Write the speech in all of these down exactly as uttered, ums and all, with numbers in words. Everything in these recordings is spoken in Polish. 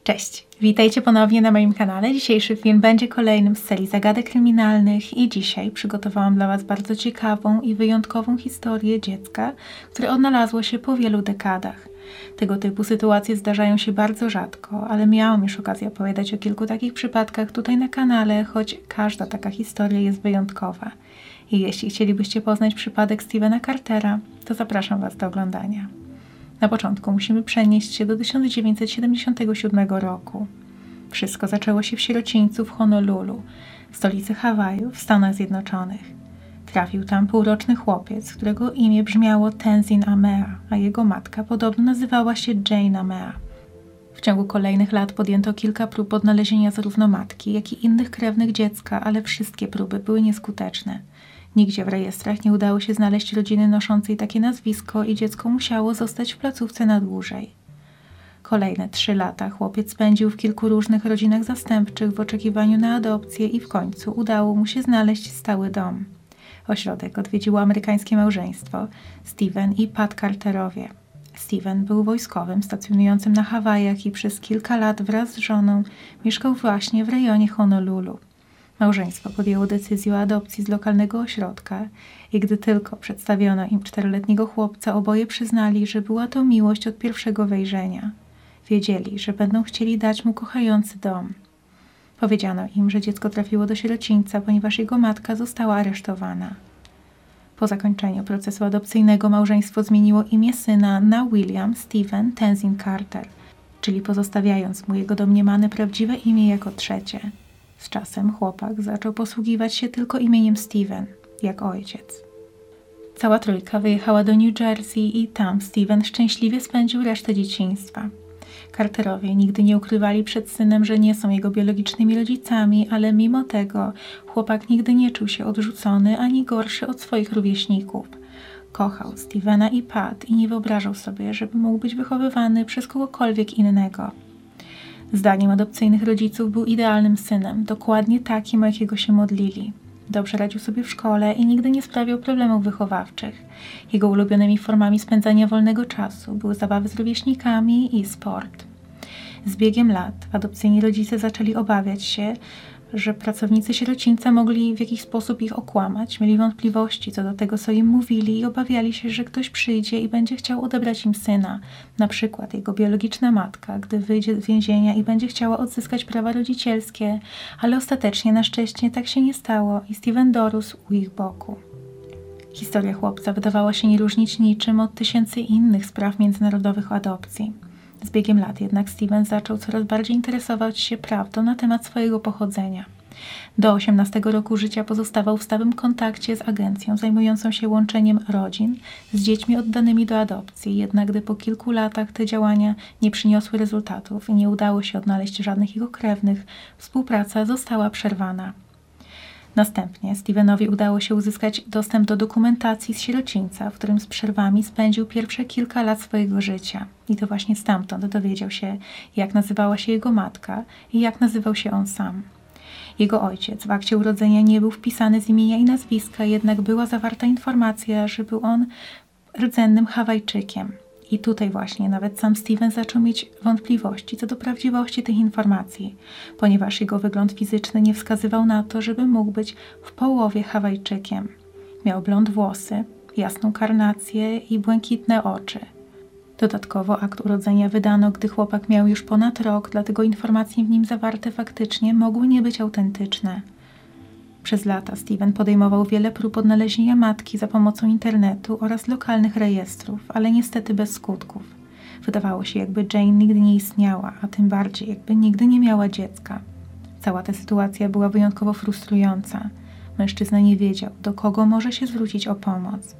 Cześć, witajcie ponownie na moim kanale. Dzisiejszy film będzie kolejnym z serii zagadek kryminalnych i dzisiaj przygotowałam dla Was bardzo ciekawą i wyjątkową historię dziecka, które odnalazło się po wielu dekadach. Tego typu sytuacje zdarzają się bardzo rzadko, ale miałam już okazję opowiadać o kilku takich przypadkach tutaj na kanale, choć każda taka historia jest wyjątkowa. I jeśli chcielibyście poznać przypadek Stephena Cartera, to zapraszam Was do oglądania. Na początku musimy przenieść się do tysiąc dziewięćset siedemdziesiątego siódmego roku. Wszystko zaczęło się w sierocińcu w Honolulu, stolicy Hawajów w Stanach Zjednoczonych. Trafił tam półroczny chłopiec, którego imię brzmiało Tenzin Amea, a jego matka podobno nazywała się Jane Amea. W ciągu kolejnych lat podjęto kilka prób odnalezienia zarówno matki, jak i innych krewnych dziecka, ale wszystkie próby były nieskuteczne. Nigdzie w rejestrach nie udało się znaleźć rodziny noszącej takie nazwisko i dziecko musiało zostać w placówce na dłużej. Kolejne trzy lata chłopiec spędził w kilku różnych rodzinach zastępczych w oczekiwaniu na adopcję i w końcu udało mu się znaleźć stały dom. Ośrodek odwiedziło amerykańskie małżeństwo Stephen i Pat Carterowie. Stephen był wojskowym stacjonującym na Hawajach i przez kilka lat wraz z żoną mieszkał właśnie w rejonie Honolulu. Małżeństwo podjęło decyzję o adopcji z lokalnego ośrodka i gdy tylko przedstawiono im czteroletniego chłopca, oboje przyznali, że była to miłość od pierwszego wejrzenia. Wiedzieli, że będą chcieli dać mu kochający dom. Powiedziano im, że dziecko trafiło do sierocińca, ponieważ jego matka została aresztowana. Po zakończeniu procesu adopcyjnego małżeństwo zmieniło imię syna na William Stephen Tenzin Carter, czyli pozostawiając mu jego domniemane prawdziwe imię jako trzecie. Z czasem chłopak zaczął posługiwać się tylko imieniem Stephen, jak ojciec. Cała trójka wyjechała do New Jersey i tam Stephen szczęśliwie spędził resztę dzieciństwa. Carterowie nigdy nie ukrywali przed synem, że nie są jego biologicznymi rodzicami, ale mimo tego chłopak nigdy nie czuł się odrzucony ani gorszy od swoich rówieśników. Kochał Stephena i Pat i nie wyobrażał sobie, żeby mógł być wychowywany przez kogokolwiek innego. Zdaniem adopcyjnych rodziców był idealnym synem, dokładnie takim, o jakiego się modlili. Dobrze radził sobie w szkole i nigdy nie sprawiał problemów wychowawczych. Jego ulubionymi formami spędzania wolnego czasu były zabawy z rówieśnikami i sport. Z biegiem lat adopcyjni rodzice zaczęli obawiać się, że pracownicy sierocińca mogli w jakiś sposób ich okłamać, mieli wątpliwości co do tego, co im mówili i obawiali się, że ktoś przyjdzie i będzie chciał odebrać im syna, na przykład jego biologiczna matka, gdy wyjdzie z więzienia i będzie chciała odzyskać prawa rodzicielskie, ale ostatecznie na szczęście tak się nie stało i Stephen dorósł u ich boku. Historia chłopca wydawała się nie różnić niczym od tysięcy innych spraw międzynarodowych o adopcji. Z biegiem lat jednak Stephen zaczął coraz bardziej interesować się prawdą na temat swojego pochodzenia. Do osiemnastego roku życia pozostawał w stałym kontakcie z agencją zajmującą się łączeniem rodzin z dziećmi oddanymi do adopcji, jednak gdy po kilku latach te działania nie przyniosły rezultatów i nie udało się odnaleźć żadnych jego krewnych, współpraca została przerwana. Następnie Stephenowi udało się uzyskać dostęp do dokumentacji z sierocińca, w którym z przerwami spędził pierwsze kilka lat swojego życia. I to właśnie stamtąd dowiedział się, jak nazywała się jego matka i jak nazywał się on sam. Jego ojciec w akcie urodzenia nie był wpisany z imienia i nazwiska, jednak była zawarta informacja, że był on rdzennym Hawajczykiem. I tutaj właśnie nawet sam Stephen zaczął mieć wątpliwości co do prawdziwości tych informacji, ponieważ jego wygląd fizyczny nie wskazywał na to, żeby mógł być w połowie Hawajczykiem. Miał blond włosy, jasną karnację i błękitne oczy. Dodatkowo akt urodzenia wydano, gdy chłopak miał już ponad rok, dlatego informacje w nim zawarte faktycznie mogły nie być autentyczne. Przez lata Stephen podejmował wiele prób odnalezienia matki za pomocą internetu oraz lokalnych rejestrów, ale niestety bez skutków. Wydawało się, jakby Jane nigdy nie istniała, a tym bardziej jakby nigdy nie miała dziecka. Cała ta sytuacja była wyjątkowo frustrująca. Mężczyzna nie wiedział, do kogo może się zwrócić o pomoc.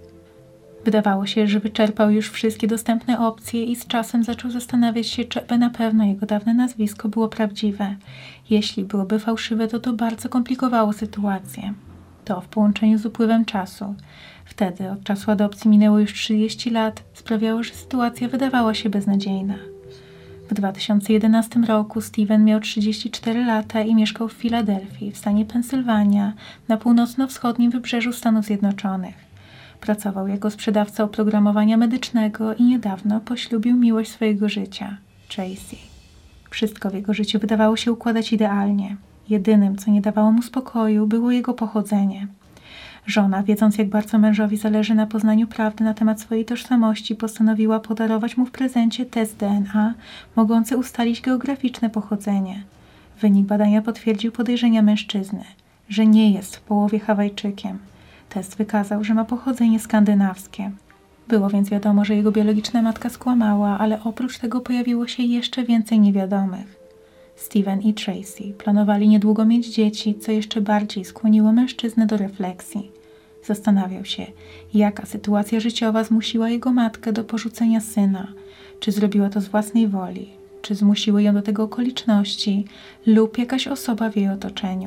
Wydawało się, że wyczerpał już wszystkie dostępne opcje i z czasem zaczął zastanawiać się, czy by na pewno jego dawne nazwisko było prawdziwe. Jeśli byłoby fałszywe, to to bardzo komplikowało sytuację. To w połączeniu z upływem czasu, wtedy od czasu adopcji minęło już trzydzieści lat, sprawiało, że sytuacja wydawała się beznadziejna. W dwa tysiące jedenastym roku Stephen miał trzydzieści cztery lata i mieszkał w Filadelfii, w stanie Pensylwania, na północno-wschodnim wybrzeżu Stanów Zjednoczonych. Pracował jako sprzedawca oprogramowania medycznego i niedawno poślubił miłość swojego życia, Tracy. Wszystko w jego życiu wydawało się układać idealnie. Jedynym, co nie dawało mu spokoju, było jego pochodzenie. Żona, wiedząc jak bardzo mężowi zależy na poznaniu prawdy na temat swojej tożsamości, postanowiła podarować mu w prezencie test D N A, mogący ustalić geograficzne pochodzenie. Wynik badania potwierdził podejrzenia mężczyzny, że nie jest w połowie Hawajczykiem. Test wykazał, że ma pochodzenie skandynawskie. Było więc wiadomo, że jego biologiczna matka skłamała, ale oprócz tego pojawiło się jeszcze więcej niewiadomych. Steven i Tracy planowali niedługo mieć dzieci, co jeszcze bardziej skłoniło mężczyznę do refleksji. Zastanawiał się, jaka sytuacja życiowa zmusiła jego matkę do porzucenia syna. Czy zrobiła to z własnej woli, czy zmusiły ją do tego okoliczności lub jakaś osoba w jej otoczeniu.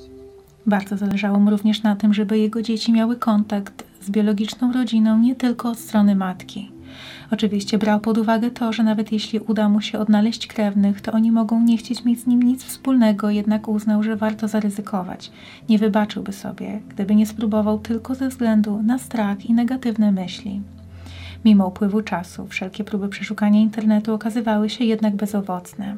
Bardzo zależało mu również na tym, żeby jego dzieci miały kontakt z biologiczną rodziną nie tylko od strony matki. Oczywiście brał pod uwagę to, że nawet jeśli uda mu się odnaleźć krewnych, to oni mogą nie chcieć mieć z nim nic wspólnego, jednak uznał, że warto zaryzykować. Nie wybaczyłby sobie, gdyby nie spróbował tylko ze względu na strach i negatywne myśli. Mimo upływu czasu, wszelkie próby przeszukania internetu okazywały się jednak bezowocne.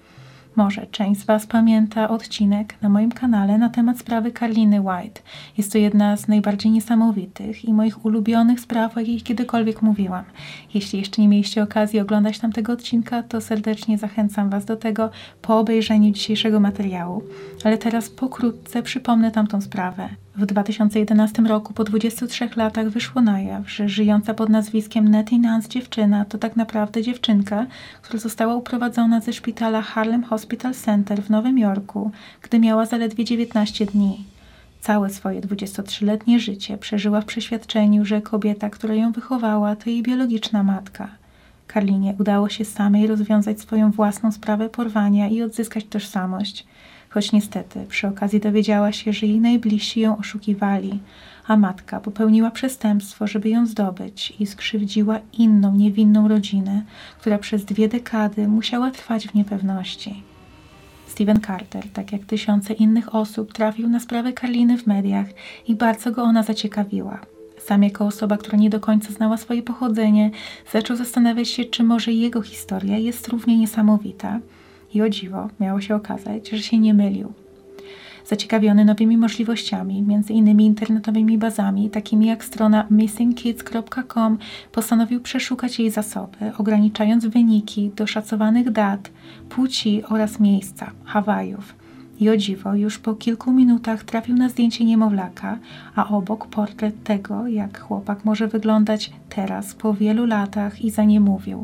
Może część z Was pamięta odcinek na moim kanale na temat sprawy Carliny White. Jest to jedna z najbardziej niesamowitych i moich ulubionych spraw, o jakich kiedykolwiek mówiłam. Jeśli jeszcze nie mieliście okazji oglądać tamtego odcinka, to serdecznie zachęcam Was do tego po obejrzeniu dzisiejszego materiału. Ale teraz pokrótce przypomnę tamtą sprawę. W dwa tysiące jedenastym roku, po dwudziestu trzech latach, wyszło na jaw, że żyjąca pod nazwiskiem Nettie Nance dziewczyna to tak naprawdę dziewczynka, która została uprowadzona ze szpitala Harlem Hospital Center w Nowym Jorku, gdy miała zaledwie dziewiętnaście dni. Całe swoje dwudziestotrzyletnie życie przeżyła w przeświadczeniu, że kobieta, która ją wychowała, to jej biologiczna matka. Carlinie udało się samej rozwiązać swoją własną sprawę porwania i odzyskać tożsamość. Choć niestety przy okazji dowiedziała się, że jej najbliżsi ją oszukiwali, a matka popełniła przestępstwo, żeby ją zdobyć i skrzywdziła inną, niewinną rodzinę, która przez dwie dekady musiała trwać w niepewności. Steven Carter, tak jak tysiące innych osób, trafił na sprawę Carliny w mediach i bardzo go ona zaciekawiła. Sam jako osoba, która nie do końca znała swoje pochodzenie, zaczął zastanawiać się, czy może jego historia jest równie niesamowita. I o dziwo miało się okazać, że się nie mylił. Zaciekawiony nowymi możliwościami, między innymi internetowymi bazami, takimi jak strona missing kids kropka com, postanowił przeszukać jej zasoby, ograniczając wyniki do szacowanych dat, płci oraz miejsca, Hawajów. I o dziwo, już po kilku minutach trafił na zdjęcie niemowlaka, a obok portret tego, jak chłopak może wyglądać teraz, po wielu latach, i za nie mówił.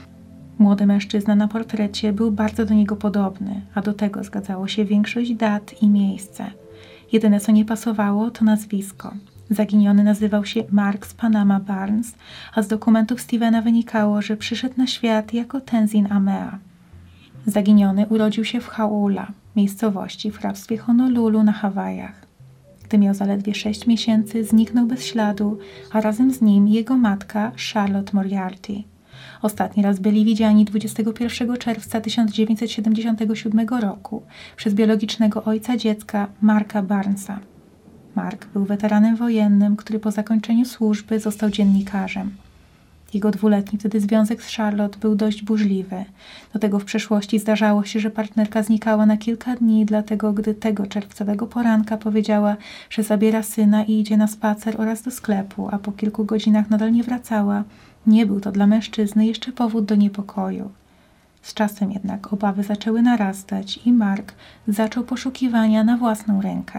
Młody mężczyzna na portrecie był bardzo do niego podobny, a do tego zgadzało się większość dat i miejsce. Jedyne, co nie pasowało, to nazwisko. Zaginiony nazywał się Mark z Panama Barnes, a z dokumentów Stevena wynikało, że przyszedł na świat jako Tenzin Amea. Zaginiony urodził się w Hauula, miejscowości w hrabstwie Honolulu na Hawajach. Gdy miał zaledwie sześć miesięcy, zniknął bez śladu, a razem z nim jego matka Charlotte Moriarty. Ostatni raz byli widziani dwudziestego pierwszego czerwca tysiąc dziewięćset siedemdziesiątego siódmego roku przez biologicznego ojca dziecka Marka Barnesa. Mark był weteranem wojennym, który po zakończeniu służby został dziennikarzem. Jego dwuletni wtedy związek z Charlotte był dość burzliwy. Do tego w przeszłości zdarzało się, że partnerka znikała na kilka dni, dlatego gdy tego czerwcowego poranka powiedziała, że zabiera syna i idzie na spacer oraz do sklepu, a po kilku godzinach nadal nie wracała, nie był to dla mężczyzny jeszcze powód do niepokoju. Z czasem jednak obawy zaczęły narastać i Mark zaczął poszukiwania na własną rękę.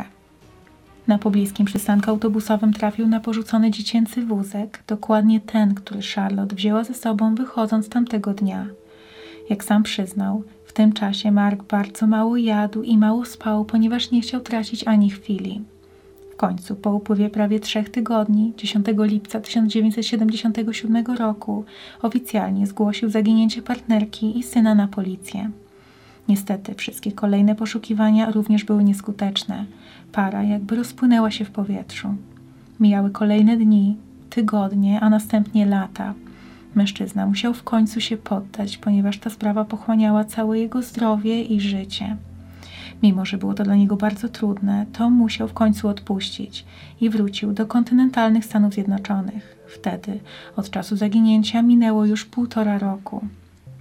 Na pobliskim przystanku autobusowym trafił na porzucony dziecięcy wózek, dokładnie ten, który Charlotte wzięła ze sobą wychodząc tamtego dnia. Jak sam przyznał, w tym czasie Mark bardzo mało jadł i mało spał, ponieważ nie chciał tracić ani chwili. W końcu, po upływie prawie trzech tygodni, dziesiątego lipca tysiąc dziewięćset siedemdziesiątego siódmego roku, oficjalnie zgłosił zaginięcie partnerki i syna na policję. Niestety wszystkie kolejne poszukiwania również były nieskuteczne. Para jakby rozpłynęła się w powietrzu. Mijały kolejne dni, tygodnie, a następnie lata. Mężczyzna musiał w końcu się poddać, ponieważ ta sprawa pochłaniała całe jego zdrowie i życie. Mimo że było to dla niego bardzo trudne, to musiał w końcu odpuścić i wrócił do kontynentalnych Stanów Zjednoczonych. Wtedy, od czasu zaginięcia, minęło już półtora roku.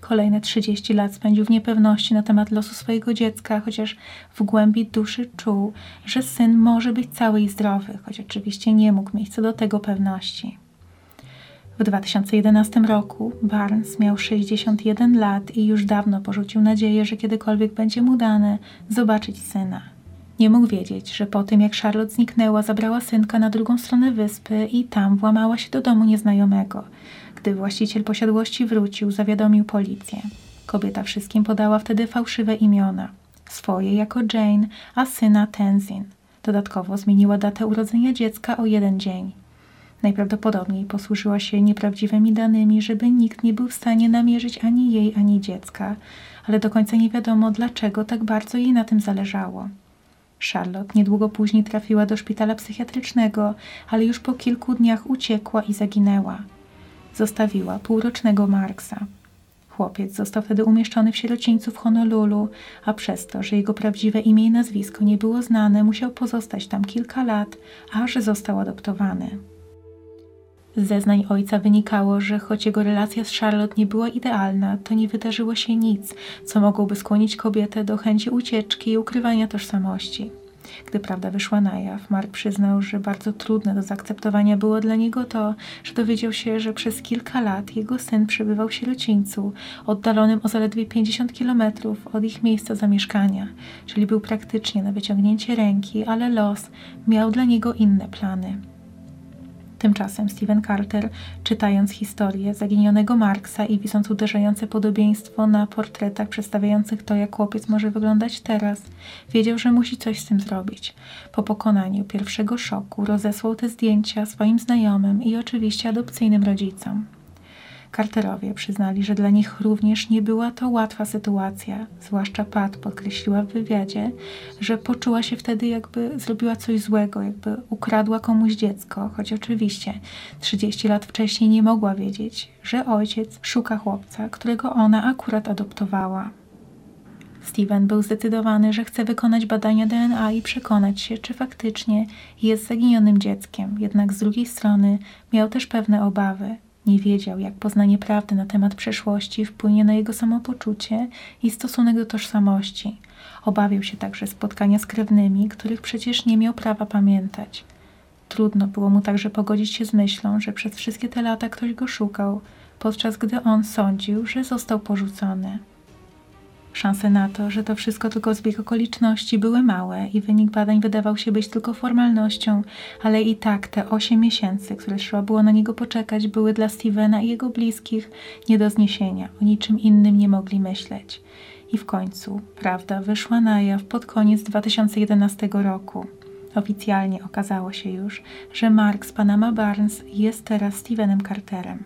Kolejne trzydzieści lat spędził w niepewności na temat losu swojego dziecka, chociaż w głębi duszy czuł, że syn może być cały i zdrowy, choć oczywiście nie mógł mieć co do tego pewności. W dwa tysiące jedenastym roku Barnes miał sześćdziesiąt jeden lat i już dawno porzucił nadzieję, że kiedykolwiek będzie mu dane zobaczyć syna. Nie mógł wiedzieć, że po tym jak Charlotte zniknęła, zabrała synka na drugą stronę wyspy i tam włamała się do domu nieznajomego. Gdy właściciel posiadłości wrócił, zawiadomił policję. Kobieta wszystkim podała wtedy fałszywe imiona. Swoje jako Jane, a syna Tenzin. Dodatkowo zmieniła datę urodzenia dziecka o jeden dzień. Najprawdopodobniej posłużyła się nieprawdziwymi danymi, żeby nikt nie był w stanie namierzyć ani jej, ani dziecka, ale do końca nie wiadomo, dlaczego tak bardzo jej na tym zależało. Charlotte niedługo później trafiła do szpitala psychiatrycznego, ale już po kilku dniach uciekła i zaginęła. Zostawiła półrocznego Marksa. Chłopiec został wtedy umieszczony w sierocińcu w Honolulu, a przez to, że jego prawdziwe imię i nazwisko nie było znane, musiał pozostać tam kilka lat, aż został adoptowany. Z zeznań ojca wynikało, że choć jego relacja z Charlotte nie była idealna, to nie wydarzyło się nic, co mogłoby skłonić kobietę do chęci ucieczki i ukrywania tożsamości. Gdy prawda wyszła na jaw, Mark przyznał, że bardzo trudne do zaakceptowania było dla niego to, że dowiedział się, że przez kilka lat jego syn przebywał w sierocińcu, oddalonym o zaledwie pięćdziesiąt kilometrów od ich miejsca zamieszkania, czyli był praktycznie na wyciągnięcie ręki, ale los miał dla niego inne plany. Tymczasem Stephen Carter, czytając historię zaginionego Marksa i widząc uderzające podobieństwo na portretach przedstawiających to, jak chłopiec może wyglądać teraz, wiedział, że musi coś z tym zrobić. Po pokonaniu pierwszego szoku rozesłał te zdjęcia swoim znajomym i oczywiście adopcyjnym rodzicom. Carterowie przyznali, że dla nich również nie była to łatwa sytuacja, zwłaszcza Pat podkreśliła w wywiadzie, że poczuła się wtedy, jakby zrobiła coś złego, jakby ukradła komuś dziecko, choć oczywiście trzydzieści lat wcześniej nie mogła wiedzieć, że ojciec szuka chłopca, którego ona akurat adoptowała. Steven był zdecydowany, że chce wykonać badania D N A i przekonać się, czy faktycznie jest zaginionym dzieckiem, jednak z drugiej strony miał też pewne obawy. Nie wiedział, jak poznanie prawdy na temat przeszłości wpłynie na jego samopoczucie i stosunek do tożsamości. Obawiał się także spotkania z krewnymi, których przecież nie miał prawa pamiętać. Trudno było mu także pogodzić się z myślą, że przez wszystkie te lata ktoś go szukał, podczas gdy on sądził, że został porzucony. Szanse na to, że to wszystko tylko zbieg okoliczności, były małe i wynik badań wydawał się być tylko formalnością, ale i tak te osiem miesięcy, które trzeba było na niego poczekać, były dla Stevena i jego bliskich nie do zniesienia. O niczym innym nie mogli myśleć. I w końcu prawda wyszła na jaw pod koniec dwa tysiące jedenastego roku. Oficjalnie okazało się już, że Mark z Panama Barnes jest teraz Stevenem Carterem.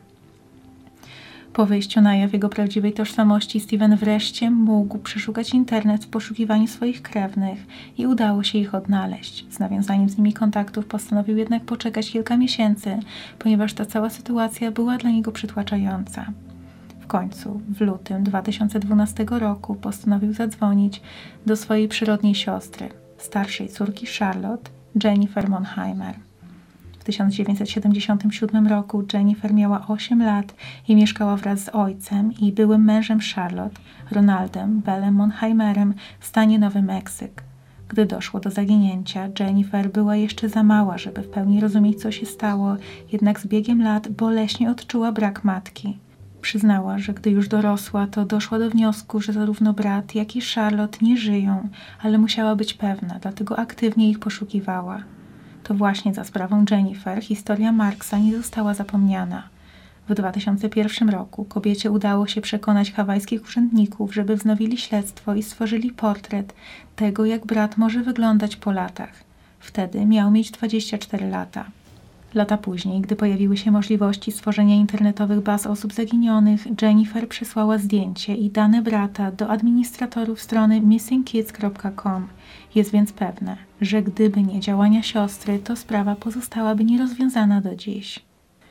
Po wyjściu na jaw jego prawdziwej tożsamości Steven wreszcie mógł przeszukać internet w poszukiwaniu swoich krewnych i udało się ich odnaleźć. Z nawiązaniem z nimi kontaktów postanowił jednak poczekać kilka miesięcy, ponieważ ta cała sytuacja była dla niego przytłaczająca. W końcu, w lutym dwa tysiące dwunastego roku postanowił zadzwonić do swojej przyrodniej siostry, starszej córki Charlotte, Jennifer Monheimer. W tysiąc dziewięćset siedemdziesiątym siódmym roku Jennifer miała osiem lat i mieszkała wraz z ojcem i byłym mężem Charlotte, Ronaldem Bellem Monheimerem w stanie Nowy Meksyk. Gdy doszło do zaginięcia, Jennifer była jeszcze za mała, żeby w pełni rozumieć, co się stało, jednak z biegiem lat boleśnie odczuła brak matki. Przyznała, że gdy już dorosła, to doszła do wniosku, że zarówno brat, jak i Charlotte nie żyją, ale musiała być pewna, dlatego aktywnie ich poszukiwała. To właśnie za sprawą Jennifer historia Marksa nie została zapomniana. W dwa tysiące pierwszym roku kobiecie udało się przekonać hawajskich urzędników, żeby wznowili śledztwo i stworzyli portret tego, jak brat może wyglądać po latach. Wtedy miał mieć dwadzieścia cztery lata. Lata później, gdy pojawiły się możliwości stworzenia internetowych baz osób zaginionych, Jennifer przesłała zdjęcie i dane brata do administratorów strony missing kids kropka com. Jest więc pewne, że gdyby nie działania siostry, to sprawa pozostałaby nierozwiązana do dziś.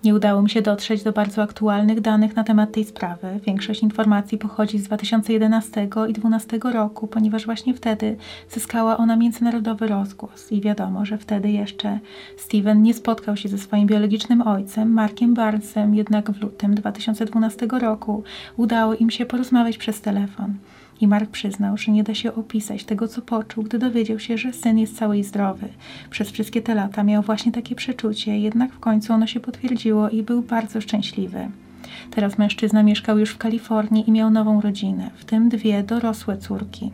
Nie udało mi się dotrzeć do bardzo aktualnych danych na temat tej sprawy. Większość informacji pochodzi z dwa tysiące jedenastego i dwa tysiące dwunastego roku, ponieważ właśnie wtedy zyskała ona międzynarodowy rozgłos i wiadomo, że wtedy jeszcze Steven nie spotkał się ze swoim biologicznym ojcem, Markiem Barnesem, jednak w lutym dwa tysiące dwunastego roku udało im się porozmawiać przez telefon. I Mark przyznał, że nie da się opisać tego, co poczuł, gdy dowiedział się, że syn jest cały i zdrowy. Przez wszystkie te lata miał właśnie takie przeczucie, jednak w końcu ono się potwierdziło i był bardzo szczęśliwy. Teraz mężczyzna mieszkał już w Kalifornii i miał nową rodzinę, w tym dwie dorosłe córki.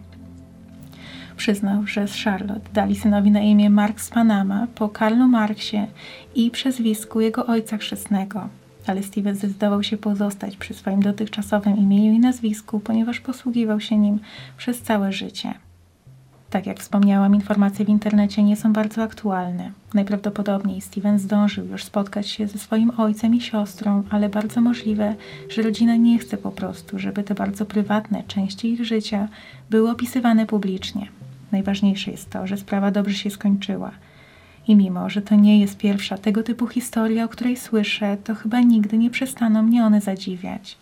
Przyznał, że z Charlotte dali synowi na imię Mark z Panama po Karlu Marksie i przezwisku jego ojca chrzestnego. Ale Steven zdecydował się pozostać przy swoim dotychczasowym imieniu i nazwisku, ponieważ posługiwał się nim przez całe życie. Tak jak wspomniałam, informacje w internecie nie są bardzo aktualne. Najprawdopodobniej Steven zdążył już spotkać się ze swoim ojcem i siostrą, ale bardzo możliwe, że rodzina nie chce po prostu, żeby te bardzo prywatne części ich życia były opisywane publicznie. Najważniejsze jest to, że sprawa dobrze się skończyła. I mimo, że to nie jest pierwsza tego typu historia, o której słyszę, to chyba nigdy nie przestaną mnie one zadziwiać.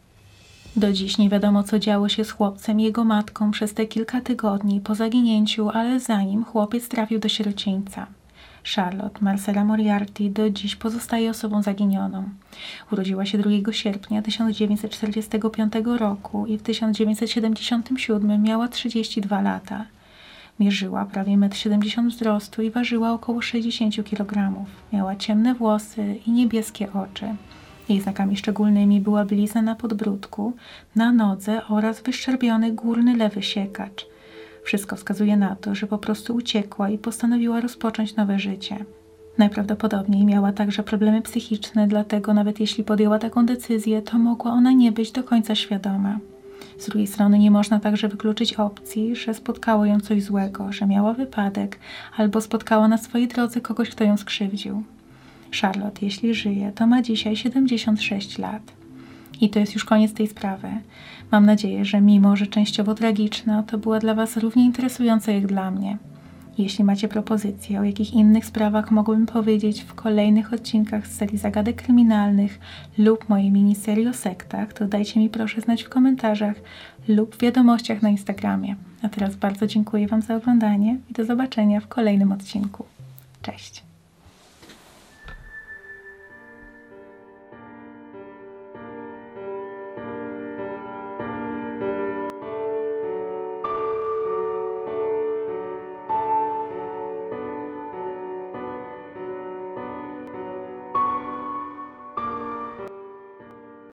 Do dziś nie wiadomo, co działo się z chłopcem i jego matką przez te kilka tygodni po zaginięciu, ale zanim chłopiec trafił do sierocińca. Charlotte Marcella Moriarty do dziś pozostaje osobą zaginioną. Urodziła się drugiego sierpnia tysiąc dziewięćset czterdziestego piątego roku i w tysiąc dziewięćset siedemdziesiątym siódmym miała trzydzieści dwa lata. Mierzyła prawie jeden przecinek siedemdziesiąt metra wzrostu i ważyła około sześćdziesiąt kilogramów. Miała ciemne włosy i niebieskie oczy. Jej znakami szczególnymi była blizna na podbródku, na nodze oraz wyszczerbiony górny lewy siekacz. Wszystko wskazuje na to, że po prostu uciekła i postanowiła rozpocząć nowe życie. Najprawdopodobniej miała także problemy psychiczne, dlatego nawet jeśli podjęła taką decyzję, to mogła ona nie być do końca świadoma. Z drugiej strony nie można także wykluczyć opcji, że spotkało ją coś złego, że miała wypadek albo spotkała na swojej drodze kogoś, kto ją skrzywdził. Charlotte, jeśli żyje, to ma dzisiaj siedemdziesiąt sześć lat. I to jest już koniec tej sprawy. Mam nadzieję, że mimo, że częściowo tragiczna, to była dla Was równie interesująca jak dla mnie. Jeśli macie propozycje, o jakich innych sprawach mogłabym powiedzieć w kolejnych odcinkach z serii Zagadek Kryminalnych lub mojej miniserii o sektach, to dajcie mi proszę znać w komentarzach lub w wiadomościach na Instagramie. A teraz bardzo dziękuję Wam za oglądanie i do zobaczenia w kolejnym odcinku. Cześć!